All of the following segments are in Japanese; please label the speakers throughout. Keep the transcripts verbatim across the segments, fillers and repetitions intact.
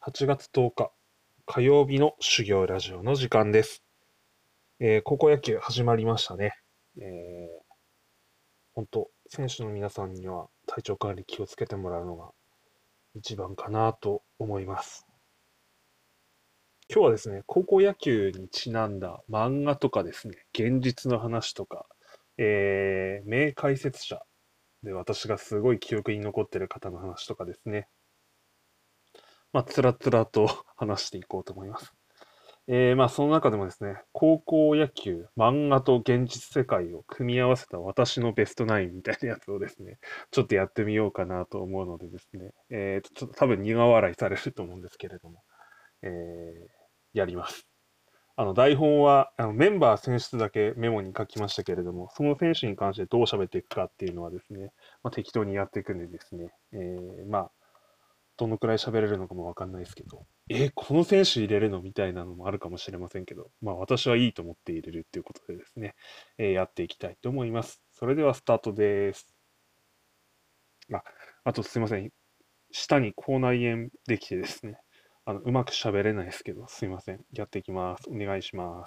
Speaker 1: はちがつとおか火曜日の修行ラジオの時間です。えー高校野球始まりましたね。えー、本当、選手の皆さんには体調管理気をつけてもらうのが一番かなと思います。今日はですね、高校野球にちなんだ漫画とかですね、現実の話とか、えー、名解説者で私がすごい記憶に残ってる方の話とかですね、まあ、つらつらと話していこうと思います。えー、まあその中でもですね、高校野球、漫画と現実世界を組み合わせた私のベストナインみたいなやつをですね、ちょっとやってみようかなと思うのでですね、えーと、ちょっと多分苦笑いされると思うんですけれども、えー、やります。あの、台本は、あのメンバー選出だけメモに書きましたけれども、その選手に関してどう喋っていくかっていうのはですね、まあ、適当にやっていくんでですね、えー、まあ、どのくらい喋れるのかもわかんないですけど、えーこの選手入れるのみたいなのもあるかもしれませんけど、まあ私はいいと思って入れるっていうことでですね、えーやっていきたいと思います。それではスタートです。あ、あとすいません。下に口内炎できてですね、あの、うまく喋れないですけど、すいません。やっていきます。お願いします。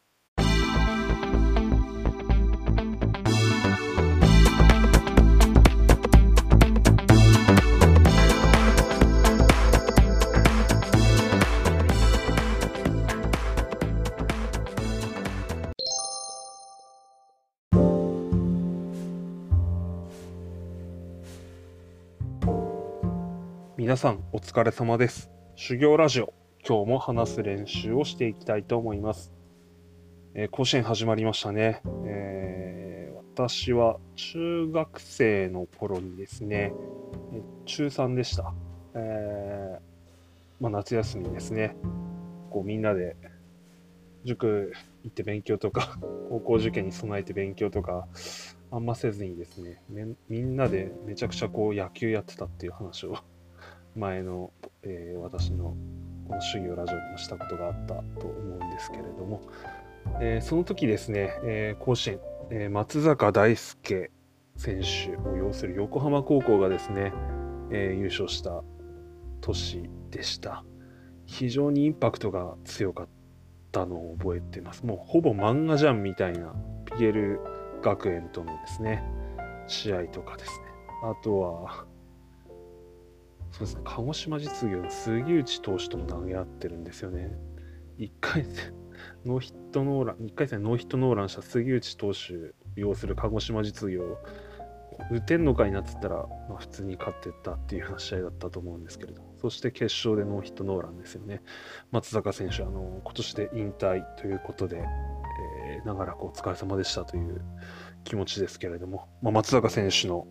Speaker 1: 皆さん、お疲れ様です。修行ラジオ、今日も話す練習をしていきたいと思います。えー甲子園始まりましたね。えー私は中学生の頃にですね、え中さんでした。えーまあ、夏休みですね。こうみんなで塾行って勉強とか、高校受験に備えて勉強とか、あんませずにですね、めみんなでめちゃくちゃこう野球やってたっていう話を前の、えー私のこの修行ラジオでもしたことがあったと思うんですけれども、えーその時ですね、えー甲子園、えー松坂大輔選手を擁する横浜高校がですね、えー優勝した年でした。非常にインパクトが強かったのを覚えてます。もうほぼ漫画じゃんみたいなピエール学園とのですね、試合とかですね。あとは、そうですね、鹿児島実業の杉内投手とも投げ合ってるんですよね。いっかい戦、ノーヒットノーラン、いっかい戦ノーヒットノーランした杉内投手を擁する鹿児島実業、打てんのかいなっつったら、まあ、普通に勝ってったっていうような試合だったと思うんですけれども、そして決勝でノーヒットノーランですよね。松坂選手、あの今年で引退ということで、えー、長らくお疲れ様でしたという気持ちですけれども、まあ、松坂選手の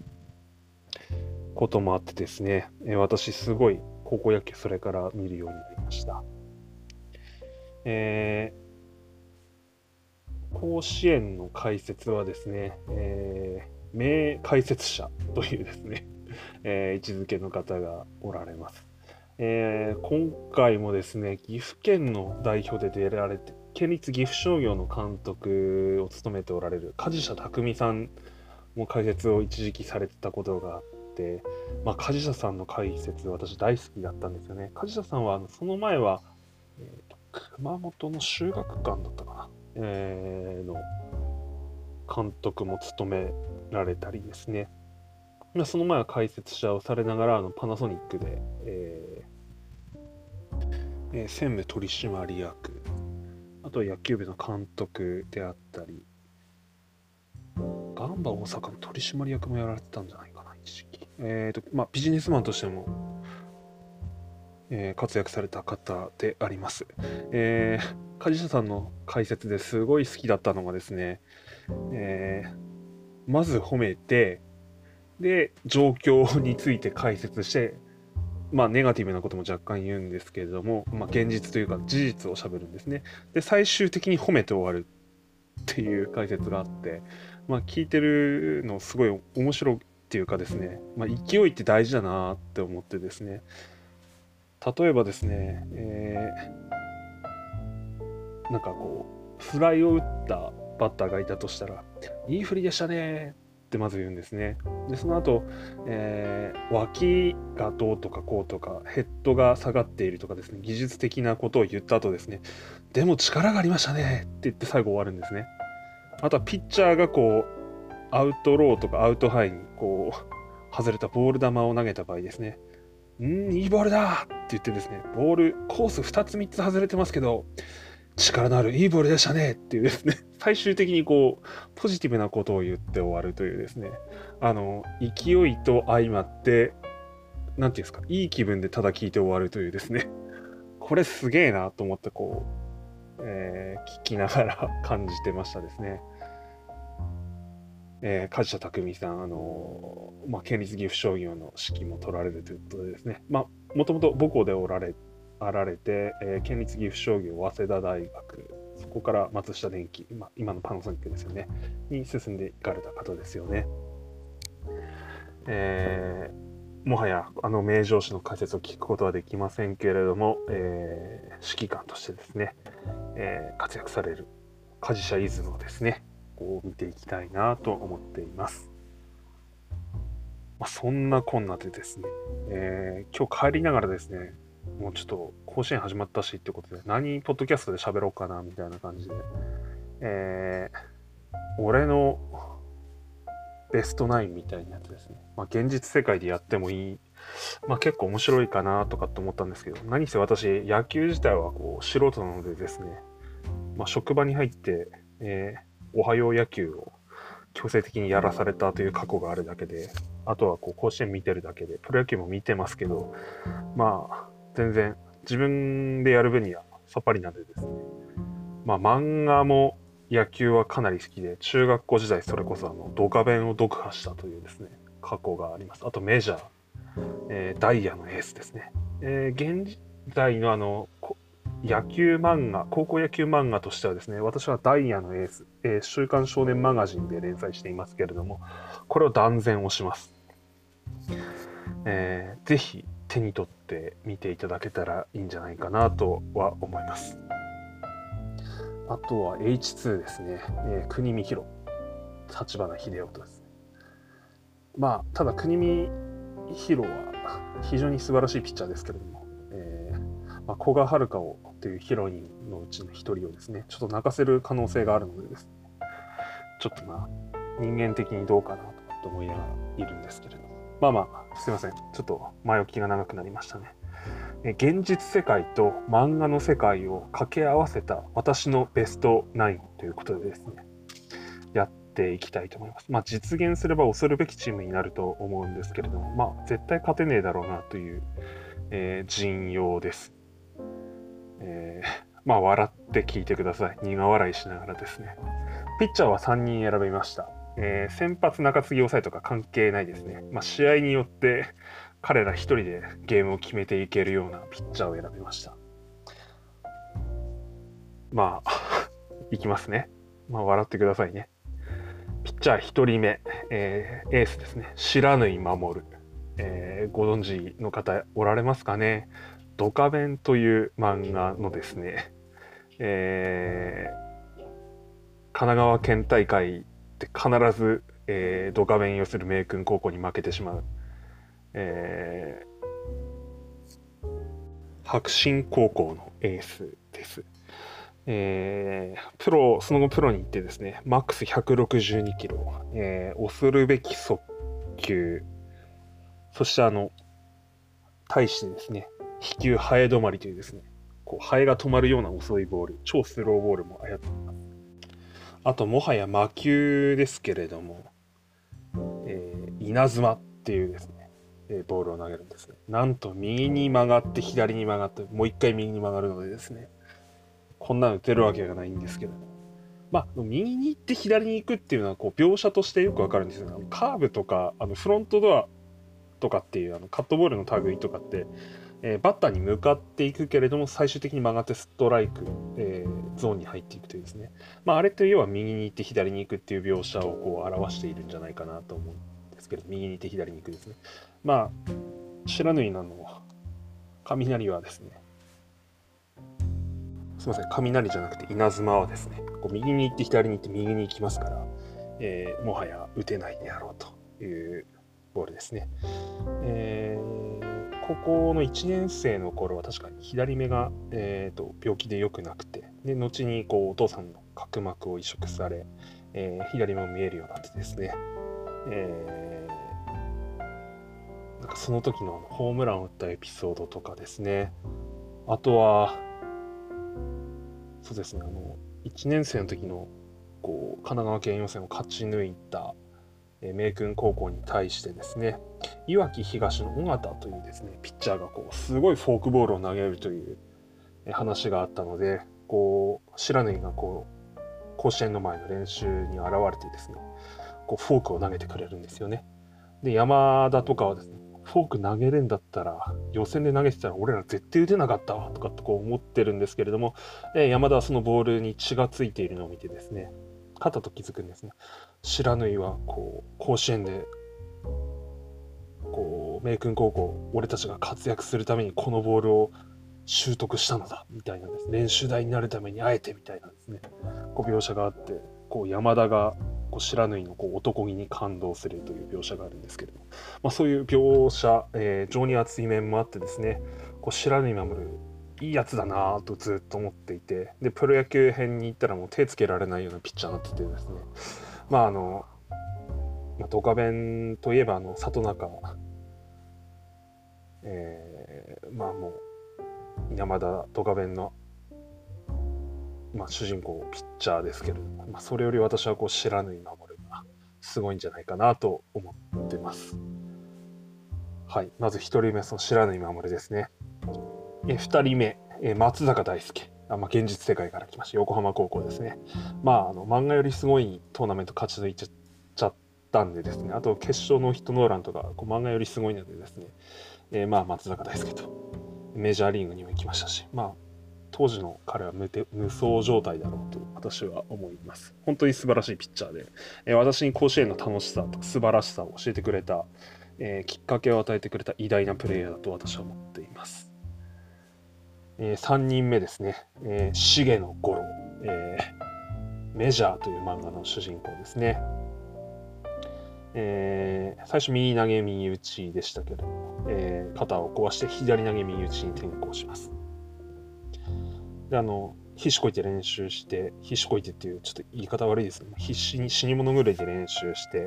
Speaker 1: こともあってですね、えー私すごい高校野球それから見るようになりました。えー甲子園の解説はですね、えー名解説者というですね、えー位置づけの方がおられます。えー今回もですね、岐阜県の代表で出られて、県立岐阜商業の監督を務めておられる梶社匠さんも解説を一時期されてたことがあって、まあ、梶社さんの解説、私大好きだったんですよね。梶社さんは、あのその前は、えーと熊本の修学館だったかな、えーの監督も務められたりですね。まあその前は解説者をされながら、あのパナソニックで、えーえー専務取締役、あとは野球部の監督であったり、ガンバ大阪の取締役もやられてたんじゃないかな、一時期。えーと、まあ、ビジネスマンとしても、えー活躍された方であります。えー、梶下さんの解説ですごい好きだったのがですね、えーまず褒めて、で、状況について解説して、まあ、ネガティブなことも若干言うんですけれども、まあ、現実というか事実をしゃべるんですね。で、最終的に褒めて終わるっていう解説があって、まあ、聞いてるのすごい面白いっていうかですね、まあ、勢いって大事だなって思ってですね、例えばですね、えーなんかこう、フライを打ったバッターがいたとしたら、いい振りでしたねっってまず言うんですね。でその後、えー、脇がどうとかこうとかヘッドが下がっているとかですね、技術的なことを言った後ですね、でも力がありましたねって言って最後終わるんですね。あとはピッチャーがこうアウトローとかアウトハイにこう外れたボール球を投げた場合ですね、んーいいボールだって言ってですね、ボールコースふたつみっつ外れてますけど力のあるいいボールでしたねっていうですね、最終的にこうポジティブなことを言って終わるというですね、あの勢いと相まってなんていうんですか、いい気分でただ聞いて終わるというですね、これすげえなと思ってこう、えー、聞きながら感じてましたですね。えー、梶田匠さん、あのーまあ、県立岐阜商業の指揮も取られるということでですね、まあ、もともと母校でおられあられて、えー、県立岐阜商業、早稲田大学、そこから松下電器、まあ、今のパナソニックですよね、に進んでいかれた方ですよね。えー、もはやあの名城市の解説を聞くことはできませんけれども、えー、指揮官としてですね、えー、活躍される梶社出雲ですね、こう見ていきたいなと思っています。まあ、そんなこんなでですね、えー、今日帰りながらですね、もうちょっと甲子園始まったしってことで、何ポッドキャストで喋ろうかなみたいな感じで、えー、俺のベストナインみたいなやつですね。まあ、現実世界でやってもいい、まあ、結構面白いかなとかって思ったんですけど、何せ私、野球自体はこう素人なのでですね、まあ、職場に入って、えー、おはよう野球を強制的にやらされたという過去があるだけで、あとはこう甲子園見てるだけで、プロ野球も見てますけど、まあ、全然自分でやる分にはさっぱりなんでですね、まあ漫画も野球はかなり好きで、中学校時代それこそあのドカベンを読破したというですね、過去があります。あとメジャー、えー、ダイヤのエースですね。えー、現在のあの野球漫画、高校野球漫画としてはですね、私はダイヤのエース、えー、週刊少年マガジンで連載していますけれども、これを断然推します。えー、ぜひ手に取って見ていただけたらいいんじゃないかなとは思います。あとは エイチツー ですね、えー、国見弘、立花秀夫とですね。まあ、ただ国見弘は非常に素晴らしいピッチャーですけれども、えーまあ、古賀遥をというヒロインのうちの一人をですね、ちょっと泣かせる可能性があるのでですね、ちょっとまあ、人間的にどうかなとかって思いながらいるんですけれども、まあまあ、すいません。ちょっと前置きが長くなりましたね。え現実世界と漫画の世界を掛け合わせた私のベストナインということでですね、やっていきたいと思います。まあ実現すれば恐るべきチームになると思うんですけれども、まあ絶対勝てねえだろうなという、えー、陣容です。えー、まあ笑って聞いてください。苦笑いしながらですね。ピッチャーはさんにん選びました。えー、先発中継ぎ抑えとか関係ないですね。まあ試合によって彼ら一人でゲームを決めていけるようなピッチャーを選びました。まあ、いきますね。まあ、笑ってくださいね。ピッチャー一人目、えー、エースですね。白縫守。えー、ご存知の方おられますかね。ドカベンという漫画のですね、えー、神奈川県大会で必ず、えー、ドカベンをする名君高校に負けてしまう。えー、白新高校のエースです。えー、プロ、その後プロに行ってですね、マックスひゃくろくじゅうにキロ、えー、恐るべき速球、そしてあの、対してですね、飛球ハエ止まりというですね、こうハエが止まるような遅いボール、超スローボールも操っています。あと、もはや魔球ですけれども、えー、稲妻っていうですね、えー、ボールを投げるんですね。なんと右に曲がって左に曲がって、もう一回右に曲がるのでですね、こんなの打てるわけがないんですけど、まあ、右に行って左に行くっていうのはこう描写としてよくわかるんですよね。カーブとかあのフロントドアとかっていうあのカットボールの類とかって、えー、バッターに向かっていくけれども最終的に曲がってストライク、えー、ゾーンに入っていくというですね、まあ、あれって要は右に行って左に行くっていう描写をこう表しているんじゃないかなと思うんですけど、右に行って左に行くですね。まあ白縫いなの雷はですね、すみません、雷じゃなくて稲妻はですね、こう右に行って左に行って右に行きますから、 えー、もはや打てないであろうというボールですね。えー、高校のいちねん生の頃は確かに左目が、えー、と病気で良くなくて、で後にこうお父さんの角膜を移植され、えー、左目も見えるようになってですね、えー、なんかその時のホームランを打ったエピソードとかですね、あとはそうですね、あのいちねん生の時のこう神奈川県予選を勝ち抜いた明訓高校に対してですね、いわき東の尾形というですねピッチャーがこうすごいフォークボールを投げるという話があったので、こう白縫がこう甲子園の前の練習に現れてですね、こうフォークを投げてくれるんですよね。で山田とかはですね、フォーク投げれんだったら予選で投げてたら俺ら絶対打てなかったわとかってこう思ってるんですけれども、山田はそのボールに血がついているのを見てですね、肩と気づくんですね。白縫はこう甲子園でこう明訓高校俺たちが活躍するためにこのボールを習得したのだみたいなです、ね、練習台になるためにあえてみたいなですね、こう描写があって、こう山田がこう白縫のこう男気に感動するという描写があるんですけれども、まあ、そういう描写、えー、情に熱い面もあってですね、こう白縫守いいやつだなとずっと思っていて、でプロ野球編に行ったらもう手つけられないようなピッチャーになっててですね、まああの、まあ、ドカベンといえばあの里中、えー、まあもう山田ドカベンの、まあ、主人公ピッチャーですけれども、まあ、それより私はこう白縫守がすごいんじゃないかなと思ってます。はい、まずひとりめその白縫守ですね。えふたりめえ松坂大輔、あ、まあ、現実世界から来ました横浜高校ですね。まああの漫画よりすごいトーナメント勝ち抜いちゃったんでですね、あと決勝のヒットノーランとかこう漫画よりすごいのでですね、えー、まあ松坂大輔とメジャーリーグにも行きましたし、まあ当時の彼は 無, 無双状態だろうと私は思います。本当に素晴らしいピッチャーで、えー、私に甲子園の楽しさと素晴らしさを教えてくれた、えー、きっかけを与えてくれた偉大なプレイヤーだと私は思っています。えー、さんにんめですね、えー、重野五郎、えー、メジャーという漫画の主人公ですね。えー、最初右投げ右打ちでしたけれども、えー、肩を壊して左投げ右打ちに転向します。であの必死こいて練習して必死こいてっていうちょっと言い方悪いですけど、必死に死に物狂いで練習して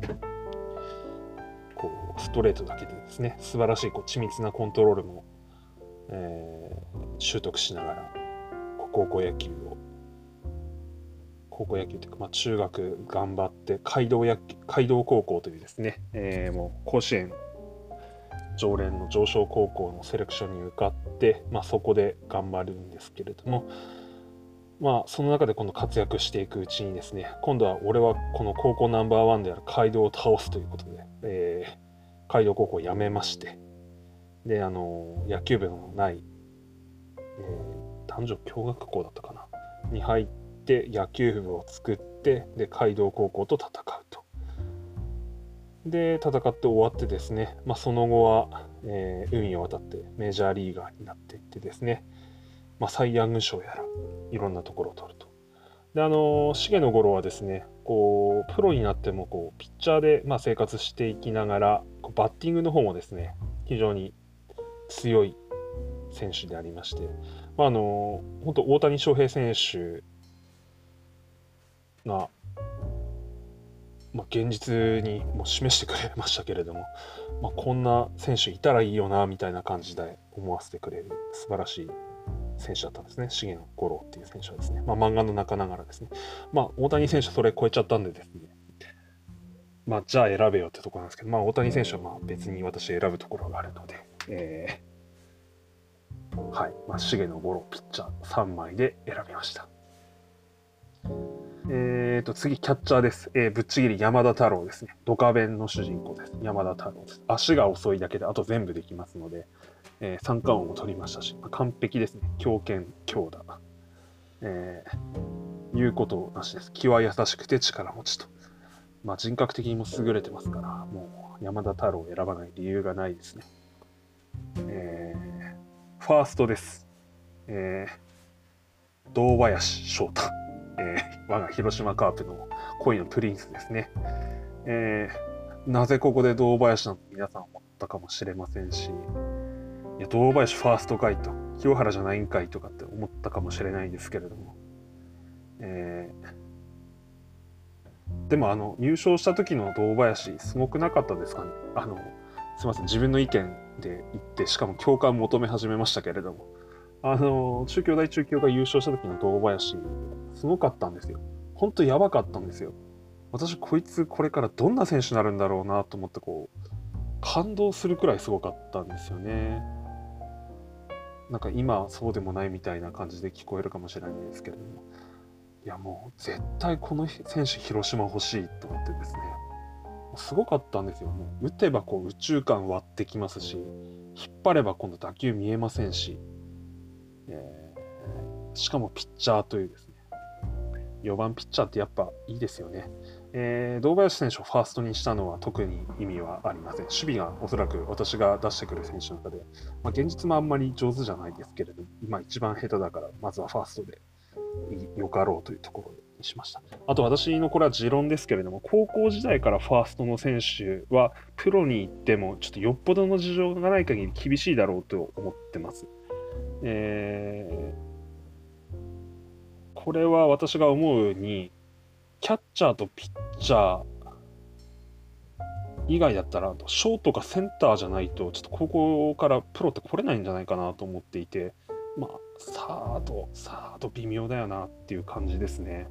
Speaker 1: こうストレートだけでですね素晴らしいこう緻密なコントロールも、えー、習得しながら高校野球を高校野球というか、まあ、中学頑張って街道野球街道高校というですね、えー、もう甲子園常連の常勝高校のセレクションに受かって、まあ、そこで頑張るんですけれども、まあ、その中で今度活躍していくうちにですね、今度は俺はこの高校ナンバーワンである街道を倒すということで、えー、街道高校を辞めまして、で、あの野球部のない、えー、男女共学校だったかなに入って野球部を作って、で街道高校と戦うと。で戦って終わってですね、まあ、その後は、えー、海を渡ってメジャーリーガーになっていってですね、まあ、サイ・ヤング賞やらいろんなところを取ると。であの重野五郎はですね、こうプロになってもこうピッチャーで、まあ、生活していきながらこうバッティングの方もですね非常に強い選手でありまして、まあ、あの本当大谷翔平選手が、まあ、現実にも示してくれましたけれども、まあ、こんな選手いたらいいよなみたいな感じで思わせてくれる素晴らしい選手だったんですね。重野五郎っていう選手はですね、まあ、漫画の中ながらですね、まあ、大谷選手それ超えちゃったんでですね、まあ、じゃあ選べよってところなんですけど、まあ、大谷選手はまあ別に私選ぶところがあるので、えー、はい、まあ、重野五郎ピッチャーさんまいで選びました。えーと、次、キャッチャーです。えー、ぶっちぎり山田太郎ですね。ドカベンの主人公です。山田太郎です。足が遅いだけで、あと全部できますので、えー、三冠王も取りましたし、まあ、完璧ですね。強肩、強打。えー、言うことなしです。気は優しくて力持ちと。まあ、人格的にも優れてますから、もう山田太郎を選ばない理由がないですね。えー、ファーストです。えー、堂林翔太。えー我が広島カープの恋のプリンスですね。えー、なぜここで堂林なの皆さん思ったかもしれませんし、いや堂林ファーストかいと、清原じゃないんかいとかって思ったかもしれないんですけれども、えー、でもあの優勝した時の堂林すごくなかったですかね。あのすいません、自分の意見で言ってしかも共感求め始めましたけれども、あの中京大中京が優勝した時の堂林すごかったんですよ。ほんとやばかったんですよ。私こいつこれからどんな選手になるんだろうなと思ってこう感動するくらいすごかったんですよね。なんか今そうでもないみたいな感じで聞こえるかもしれないですけれども、いやもう絶対この選手広島欲しいと思ってですね、すごかったんですよ。もう打てばこう宇宙間割ってきますし、引っ張れば今度打球見えませんし、えー、しかもピッチャーというですね、よばんピッチャーってやっぱいいですよね。えー、堂林選手をファーストにしたのは特に意味はありません。守備がおそらく私が出してくる選手の中で、まあ、現実もあんまり上手じゃないですけれども、今一番下手だからまずはファーストでよかろうというところにしました。あと私のこれは持論ですけれども、高校時代からファーストの選手はプロに行ってもちょっとよっぽどの事情がない限り厳しいだろうと思ってます。えーこれは私が思うに、キャッチャーとピッチャー以外だったら、ショートかセンターじゃないと、ちょっと高校からプロって来れないんじゃないかなと思っていて、まあ、サード、サード微妙だよなっていう感じですね。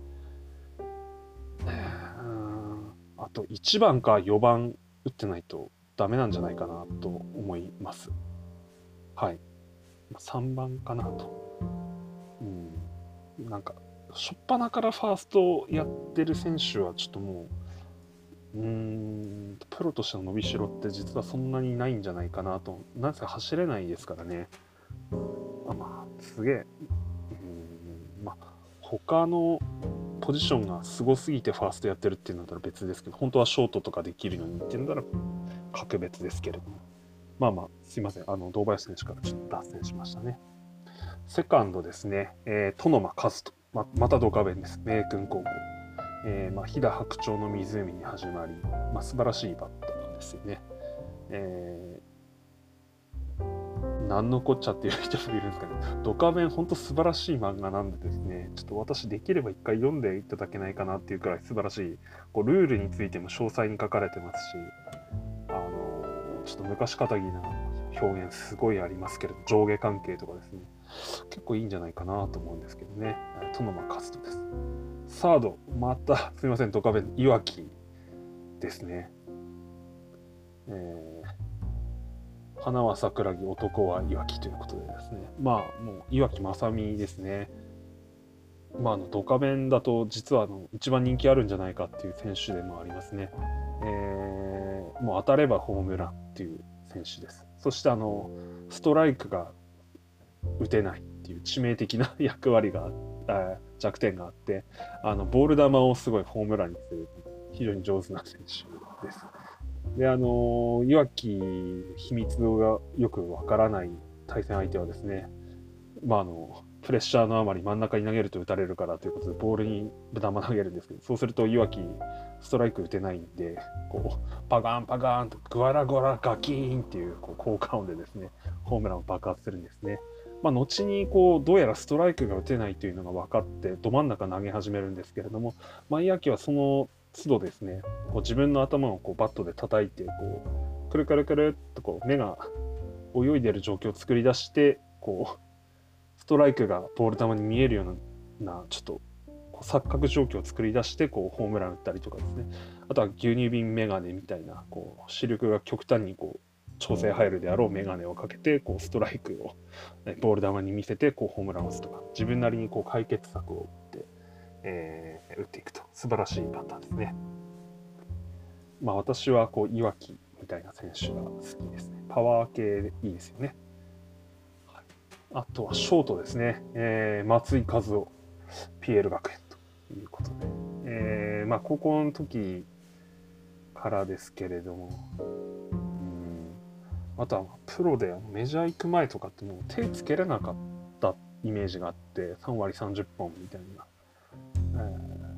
Speaker 1: うんあと、いちばんかよばん打ってないとダメなんじゃないかなと思います。はい。さんばんかなと。うん。なんか、初っ端からファーストをやってる選手はちょっともう、うーん、プロとしての伸びしろって実はそんなにないんじゃないかなと。なんせ走れないですからね。あまあ、すげえ。うん、まあ、他のポジションがすごすぎてファーストやってるっていうんだったら別ですけど、本当はショートとかできるようにっていうんだったら格別ですけれども。まあまあ、すいません。あの、堂林選手からちょっと脱線しましたね。セカンドですね。えー、トノマカズト。ままたドカベンです。明君高校。えーまあ、飛騨白鳥の湖に始まり、まあ、素晴らしいバッターなんですよね。えー、なんのこっちゃっていう人もいるんですかね。ドカベン、本当素晴らしい漫画なんでですね、ちょっと私できれば一回読んでいただけないかなっていうくらい素晴らしい、こうルールについても詳細に書かれてますし、あのー、ちょっと昔かたぎな表現すごいありますけれど、上下関係とかですね、結構いいんじゃないかなと思うんですけどね。トノマカズトです。サード、また、すみません、ドカベン、いわきですね。えー、花は桜木、男はいわきということでですね。まあ、もう、いわきまさみですね。まあ、あの、ドカベンだと、実はあの一番人気あるんじゃないかっていう選手でもありますね。えー、もう当たればホームランっていう選手です。そして、あの、ストライクが打てないっていう致命的な役割があ弱点があって、あのボール球をすごいホームランにする非常に上手な選手です。で、あのいわき秘密がよくわからない対戦相手はですね、まああのプレッシャーのあまり真ん中に投げると打たれるからということでボールに球投げるんですけど、そうするといわきストライク打てないんで、こうパガンパガンとグワラグワラガキーンっていうこう効果音でですね、ホームランを爆発するんですね。まあ、後にこうどうやらストライクが打てないというのが分かってど真ん中投げ始めるんですけれども、まあ、いわきはその都度ですね、こう自分の頭をこうバットで叩いてこうくるくるくるっとこう目が泳いでる状況を作り出して、こうストライクがボール球に見えるようなちょっとこう錯覚状況を作り出してこうホームラン打ったりとかですね、あとは牛乳瓶メガネみたいなこう視力が極端にこう調整入るであろうメガネをかけてこうストライクをボール球に見せてこうホームランを打つとか、自分なりにこう解決策を打って、えー、打っていくと素晴らしいバッターですね。まあ私はこういわきみたいな選手が好きですね。パワー系でいいですよね。はい、あとはショートですね。えー、松井和夫、ピエール学園ということで、えー、まあ高校の時からですけれども。あとはプロでメジャー行く前とかってもう手つけれなかったイメージがあって、さんわりさんじゅっぽんみたいな、え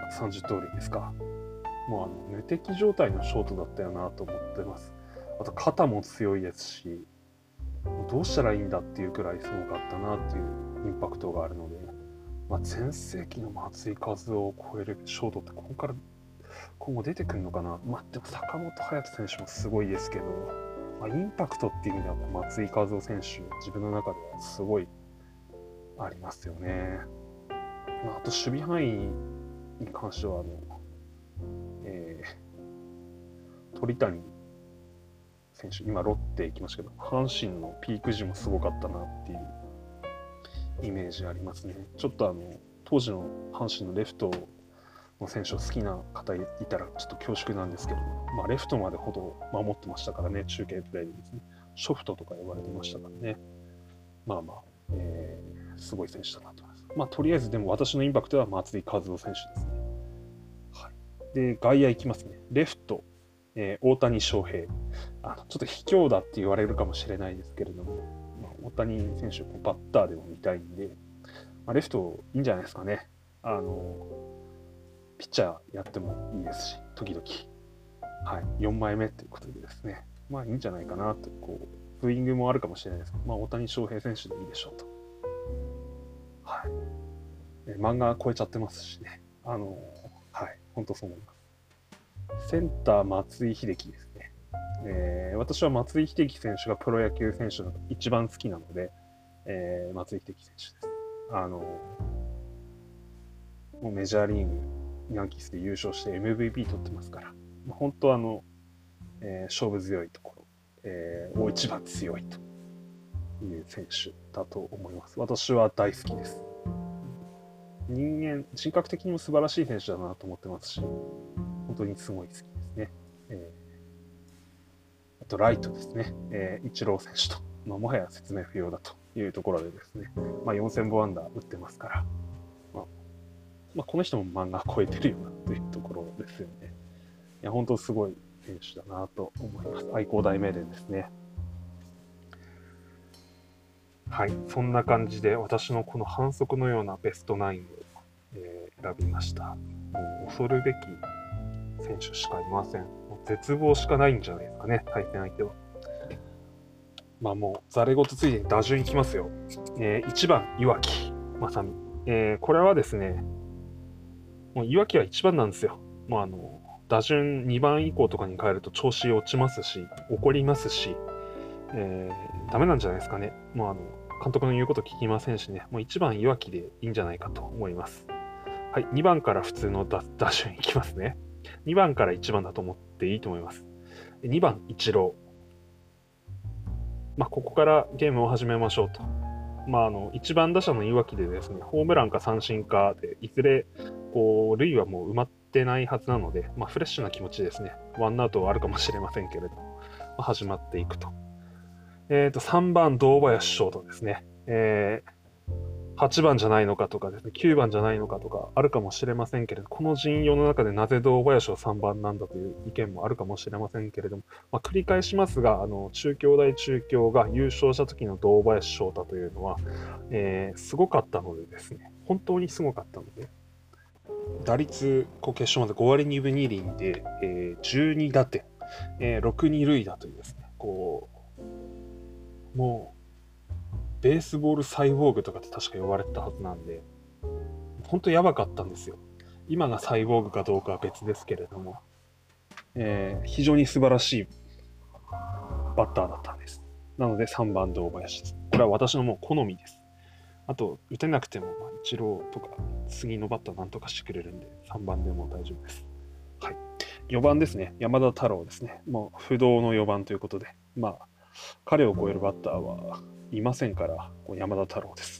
Speaker 1: さんじゅう通りですか。もうあの無敵状態のショートだったよなと思ってます。あと肩も強いですし、どうしたらいいんだっていうくらいすごかったなっていうインパクトがあるので、まあ、全盛期の松井一夫を超えるショートってここから今後出てくるのかな。まあ、でも坂本勇人選手もすごいですけど、まあ、インパクトっていう意味では松井一夫選手自分の中ではすごいありますよね。まあ、あと守備範囲に関してはあの、えー、鳥谷選手、今ロッテ行きましたけど、阪神のピーク時もすごかったなっていうイメージありますね。ちょっとあの当時の阪神のレフトの選手を好きな方いたらちょっと恐縮なんですけど、まあ、レフトまでほど守ってましたからね、中継プレーでですね、ショフトとか呼ばれてましたからね。まあまあ、えー、すごい選手だなと思います。まあ、とりあえずでも私のインパクトは松井一夫選手ですね。はい、で、外野行きますね。レフト、えー、大谷翔平。あのちょっと卑怯だって言われるかもしれないですけれども、まあ、大谷選手、バッターでも見たいんで、まあ、レフトいいんじゃないですかね。あのピッチャーやってもいいですし、時々。はい、よんまいめということでですね、まあいいんじゃないかなと、こう、ブーイングもあるかもしれないですけど、まあ大谷翔平選手でいいでしょうと。はい。え漫画超えちゃってますしね。あの、はい、本当そう思います。センター、松井秀喜ですね。えー、私は松井秀喜選手がプロ野球選手の一番好きなので、えー、松井秀喜選手です。あの、もうメジャーリーグ、ヤンキースで優勝して エムブイピー 取ってますから、本当あの、えー、勝負強いところ、えー、大一番強いという選手だと思います。私は大好きです。人間、人格的にも素晴らしい選手だなと思ってますし、本当にすごい好きですね。えー、あとライトですね、えー、イチロー選手と、まあ、もはや説明不要だというところでですね、まあ、よんせんぼん安打打ってますから、まあまあ、この人も漫画超えてるよなというところですよね。いや、本当すごい選手だなと思います。愛工大名電ですね。はい、そんな感じで私のこの反則のようなベストナインを、えー、選びました。もう恐るべき選手しかいません。もう絶望しかないんじゃないですかね、対戦相手は。まあもう、ざれごとついでに打順いきますよ。えー、いちばん、岩城正美。えー、これはですね、もう岩城はいちばんなんですよ。もうあの、打順にばん以降とかに変えると調子落ちますし、怒りますし、えー、ダメなんじゃないですかね。もうあの、監督の言うこと聞きませんしね、もういちばんいわきでいいんじゃないかと思います。はい、にばんから普通の打順いきますね。にばんからいちばんだと思っていいと思います。にばん、イチロー。まあ、ここからゲームを始めましょうと。まあ、あのいちばん打者のいわきでですね、ホームランか三振かで、いずれこう塁はもう埋まってないはずなので、まあ、フレッシュな気持ちですね。ワンアウトはあるかもしれませんけれども、まあ、始まっていくと。えーと、さんばん、堂林翔太ですね。えーはちばんじゃないのかとかですね、きゅうばんじゃないのかとかあるかもしれませんけれど、この陣容の中でなぜ堂林をさんばんなんだという意見もあるかもしれませんけれども、まあ、繰り返しますが、あの中京大中京が優勝した時の堂林翔太というのは、えー、すごかったのでですね、本当にすごかったので、打率こう決勝までごわりにぶにりんで、えー、じゅうにだてん、えー、ろくに塁打というですね、こう、もう、ベースボールサイボーグとかって確か呼ばれてたはずなんで、本当やばかったんですよ。今がサイボーグかどうかは別ですけれども、えー、非常に素晴らしいバッターだったんです。なのでさんばん堂林です。これは私のもう好みです。あと、打てなくても、まあ、イチローとか次のバッターなんとかしてくれるんで、さんばんでも大丈夫です。はい。よばんですね。山田太郎ですね。もう不動のよばんということで、まあ、彼を超えるバッターはいませんから、山田太郎です。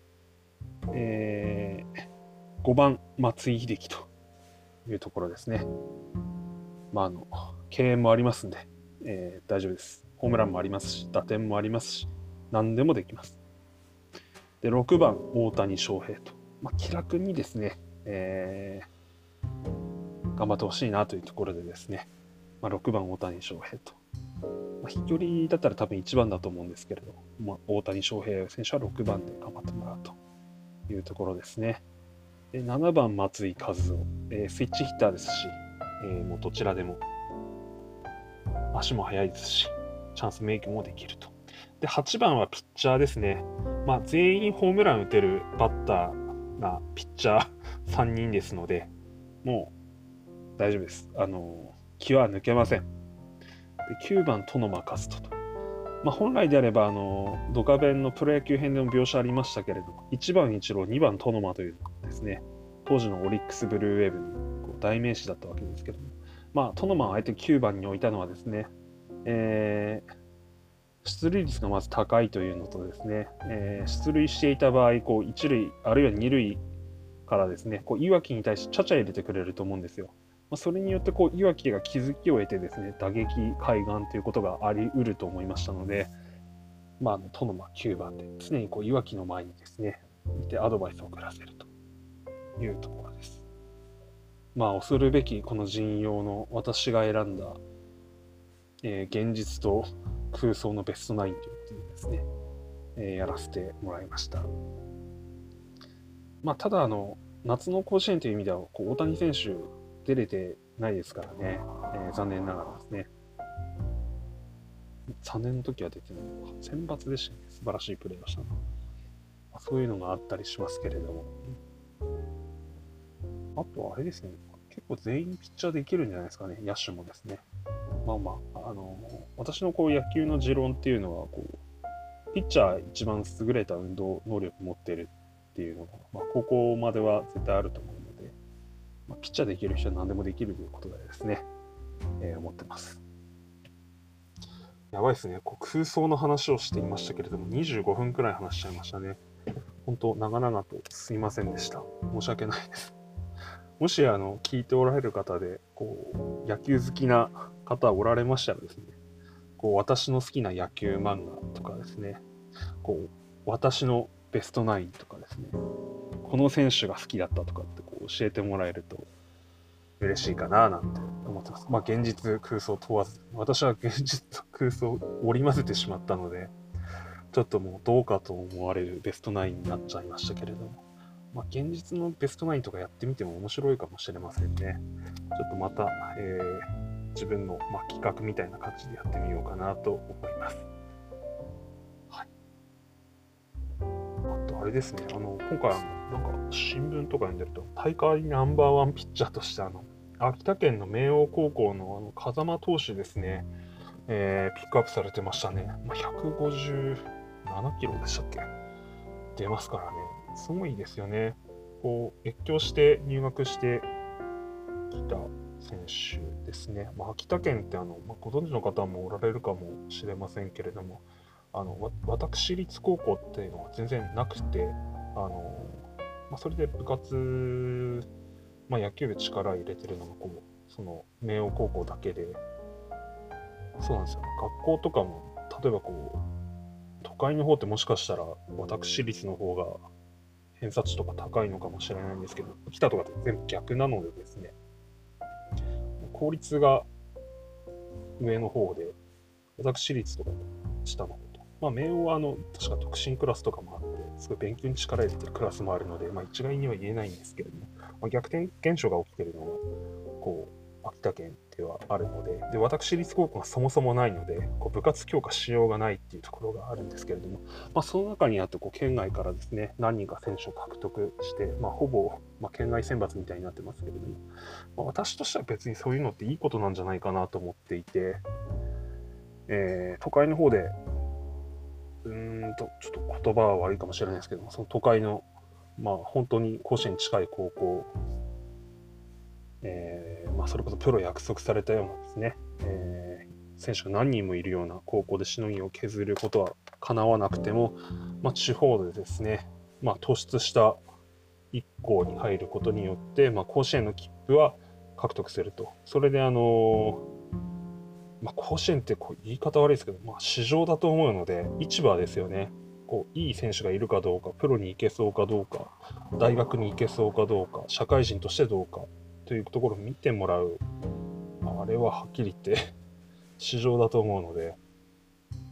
Speaker 1: えー、ごばん、松井秀喜というところですね。まあ、あの、敬遠もありますんで、えー、大丈夫です。ホームランもありますし、打点もありますし、何でもできます。で、ろくばん、大谷翔平と。まあ、気楽にですね、えー、頑張ってほしいなというところでですね、まあ、ろくばん、大谷翔平と。まあ、飛距離だったら多分いちばんだと思うんですけれど、まあ、大谷翔平選手はろくばんで頑張ってもらうというところですね。 でななばん松井一夫、えースイッチヒッターですし、えーもうどちらでも足も速いですし、チャンスメイクもできると。で、はちばんはピッチャーですね。まあ、全員ホームラン打てるバッターがピッチャーさんにんですので、もう大丈夫です。あの、気は抜けません。できゅうばん、トノマカストと。まあ、本来であれば、あの、ドカベンのプロ野球編でも描写ありましたけれども、いちばんイチロー、にばんトノマというのがですね、当時のオリックスブルーウェーブのこう代名詞だったわけですけども、まあ、トノマをあえてきゅうばんに置いたのはですね、えー、出塁率がまず高いというのとですね、えー、出塁していた場合、こう一塁あるいは二塁からですね、こういわきに対してちゃちゃ入れてくれると思うんですよ。まあ、それによってこういわきが気づきを得てですね、打撃開眼ということがあり得ると思いましたので、まあ、あのトノマきゅうばんで常にこういわきの前にですね、いてアドバイスを送らせるというところです。まあ、恐るべきこの陣容の私が選んだ、えー、現実と空想のベストナインということでですね、えー、やらせてもらいました。まあ、ただあの、夏の甲子園という意味では、こう大谷選手出れてないですからね、えー、残念ながらですね。さんねんの時は出てないのか、選抜でしたね、素晴らしいプレーをしたの。そういうのがあったりしますけれども。あとあれですね、結構全員ピッチャーできるんじゃないですかね、野手もですね。まあまあ、あの、私のこう野球の持論っていうのは、こう、ピッチャー一番優れた運動能力を持っているっていうのが、まあ、高校までは絶対あると思うので、まあ、ピッチャーできる人は何でもできるということでですね、えー、思ってます。やばいですね。こう空想の話をしていましたけれども、にじゅうごふんくらい話しちゃいましたね。本当、長々とすいませんでした。申し訳ないです。もし、あの、聞いておられる方で、こう、野球好きな方おられましたらですね、こう、私の好きな野球漫画とかですね、こう、私のベストナインとかですね、この選手が好きだったとかってこう教えてもらえると嬉しいかななんて思ってます。まあ現実空想問わず、私は現実と空想を織り交ぜてしまったので、ちょっともうどうかと思われるベストナインになっちゃいましたけれども、まあ現実のベストナインとかやってみても面白いかもしれませんね。ちょっとまた、えー、自分の、まあ、企画みたいな感じでやってみようかなと思います。はい。あとあれですね、あの、今回あの、なんか新聞とか読んでると、大会ナンバーワンピッチャーとしてあの、秋田県の明桜高校のあの風間投手ですね、えー、ピックアップされてましたね。まあ、ひゃくごじゅうななキロでしたっけ出ますからね。すごいですよね。こう、越境して入学してきた選手ですね。まあ、秋田県ってあの、まあ、ご存知の方もおられるかもしれませんけれども、あの私立高校っていうのは全然なくて、あのまあ、それで部活、まあ、野球部力入れてるのがこうその明桜高校だけで、そうなんですよ。学校とかも例えばこう都会の方ってもしかしたら私立の方が偏差値とか高いのかもしれないんですけど、秋田とかって全部逆なのでですね、公立が上の方で、私立とか下の方と。まあ、明桜はあの確か特進クラスとかもあって、すごい勉強に力入れてるクラスもあるので、まあ、一概には言えないんですけれども、まあ、逆転現象が起きてるのは、こう、秋田県ではあるので、で、私立高校がそもそもないので、こう部活強化しようがないっていうところがあるんですけれども、まあ、その中にあってこう県外からですね、何人か選手を獲得して、まあ、ほぼ、まあ、県外選抜みたいになってますけれども、まあ、私としては別にそういうのっていいことなんじゃないかなと思っていて、えー、都会の方で、うーんと、ちょっと言葉は悪いかもしれないですけども、その都会の、まあ、本当に甲子園に近い高校、えーまあ、それこそプロ約束されたようなですね、えー、選手が何人もいるような高校でしのぎを削ることは叶わなくても、まあ、地方でですね、まあ、突出した一校に入ることによって、まあ、甲子園の切符は獲得すると。それで、あのーまあ、甲子園ってこう言い方悪いですけど、まあ、市場だと思うので、市場ですよね。こういい選手がいるかどうか、プロに行けそうかどうか、大学に行けそうかどうか、社会人としてどうかというところを見てもらう、あれははっきり言って市場だと思うので、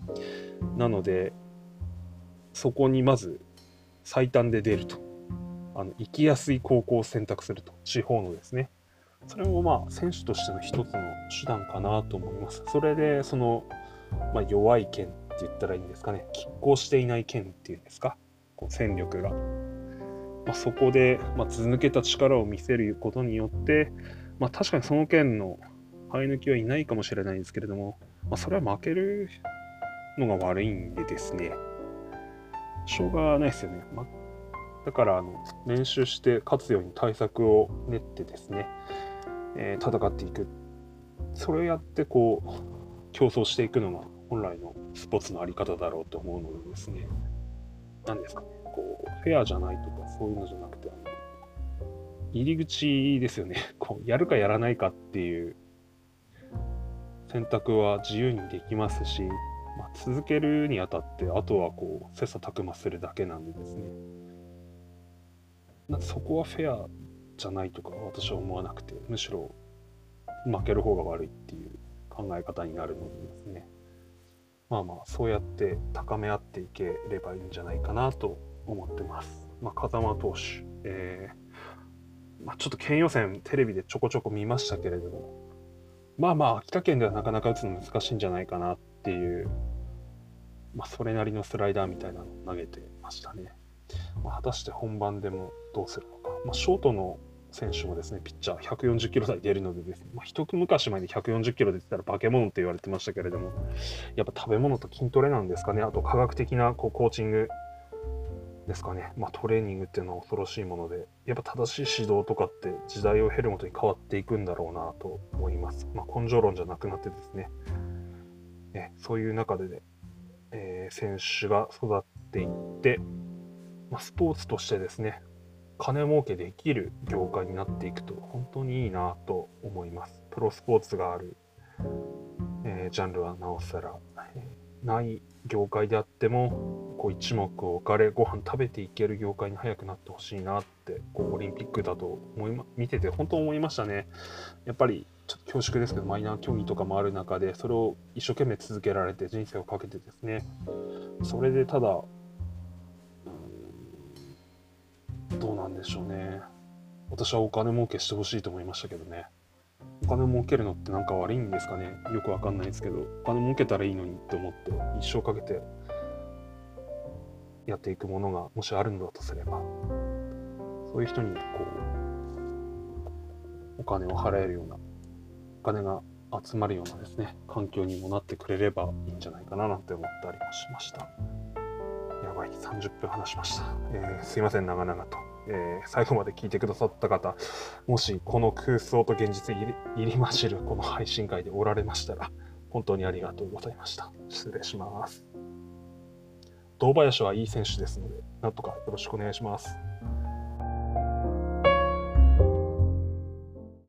Speaker 1: なので、そこにまず最短で出ると。 あの行きやすい高校を選択すると、地方のですね。それもまあ選手としての一つの手段かなと思います。それでその、まあ、弱い県って言ったらいいんですかね、拮抗していない県っていうんですか、こう戦力が、まあ、そこで、まあ、続けた力を見せることによって、まあ、確かにその県の生え抜きはいないかもしれないんですけれども、まあ、それは負けるのが悪いんでですね、しょうがないですよね。まあ、だからあの練習して勝つように対策を練ってですね、えー、戦っていく。それをやってこう競争していくのが本来のスポーツのあり方だろうと思うのでですね、何ですかね、こうフェアじゃないとかそういうのじゃなくて、あの入り口ですよね。こうやるかやらないかっていう選択は自由にできますし、まあ、続けるにあたってあとはこう切磋琢磨するだけなんでですね、なんそこはフェアじゃないとか私は思わなくて、むしろ負ける方が悪いっていう考え方になるのでですね、まあまあそうやって高め合っていければいいんじゃないかなと思ってます。まあ、風間投手、えーまあ、ちょっと県予選テレビでちょこちょこ見ましたけれども、まあまあ秋田県ではなかなか打つの難しいんじゃないかなっていう、まあ、それなりのスライダーみたいなのを投げてましたね。まあ、果たして本番でもどうするのか。まあ、ショートの選手もですね、ピッチャーひゃくよんじゅっキロ台出るのでですね、まあ、一昔前にひゃくよんじゅっキロ出てたら化け物って言われてましたけれども、やっぱ食べ物と筋トレなんですかね、あと科学的なこうコーチングですかね、まあ、トレーニングっていうのは恐ろしいもので、やっぱ正しい指導とかって時代を経るごとに変わっていくんだろうなと思います。まあ、根性論じゃなくなってですね、えそういう中で、ねえー、選手が育っていって、まあ、スポーツとしてですね、金儲けできる業界になっていくと本当にいいなと思います。プロスポーツがある、えー、ジャンルはなおさら、えー、ない業界であってもこう一目置かれご飯食べていける業界に早くなってほしいなって、こうオリンピックだと思い、ま、見てて本当思いましたね。やっぱりちょっと恐縮ですけど、マイナー競技とかもある中でそれを一生懸命続けられて人生をかけてですね、それでただどうなんでしょうね。私はお金儲けしてほしいと思いましたけどね。お金儲けるのってなんか悪いんですかね。よくわかんないですけど、お金儲けたらいいのにって思って一生かけてやっていくものがもしあるのだとすれば、そういう人にこうお金を払えるような、お金が集まるようなですね、環境にもなってくれればいいんじゃないかななんて思ったりもしました。やばい、さんじゅっぷん話しました。えー、すいません、長々と。えー、最後まで聞いてくださった方、もしこの空想と現実に入り混じるこの配信会でおられましたら、本当にありがとうございました。失礼します。堂林はいい選手ですので、なんとかよろしくお願いします。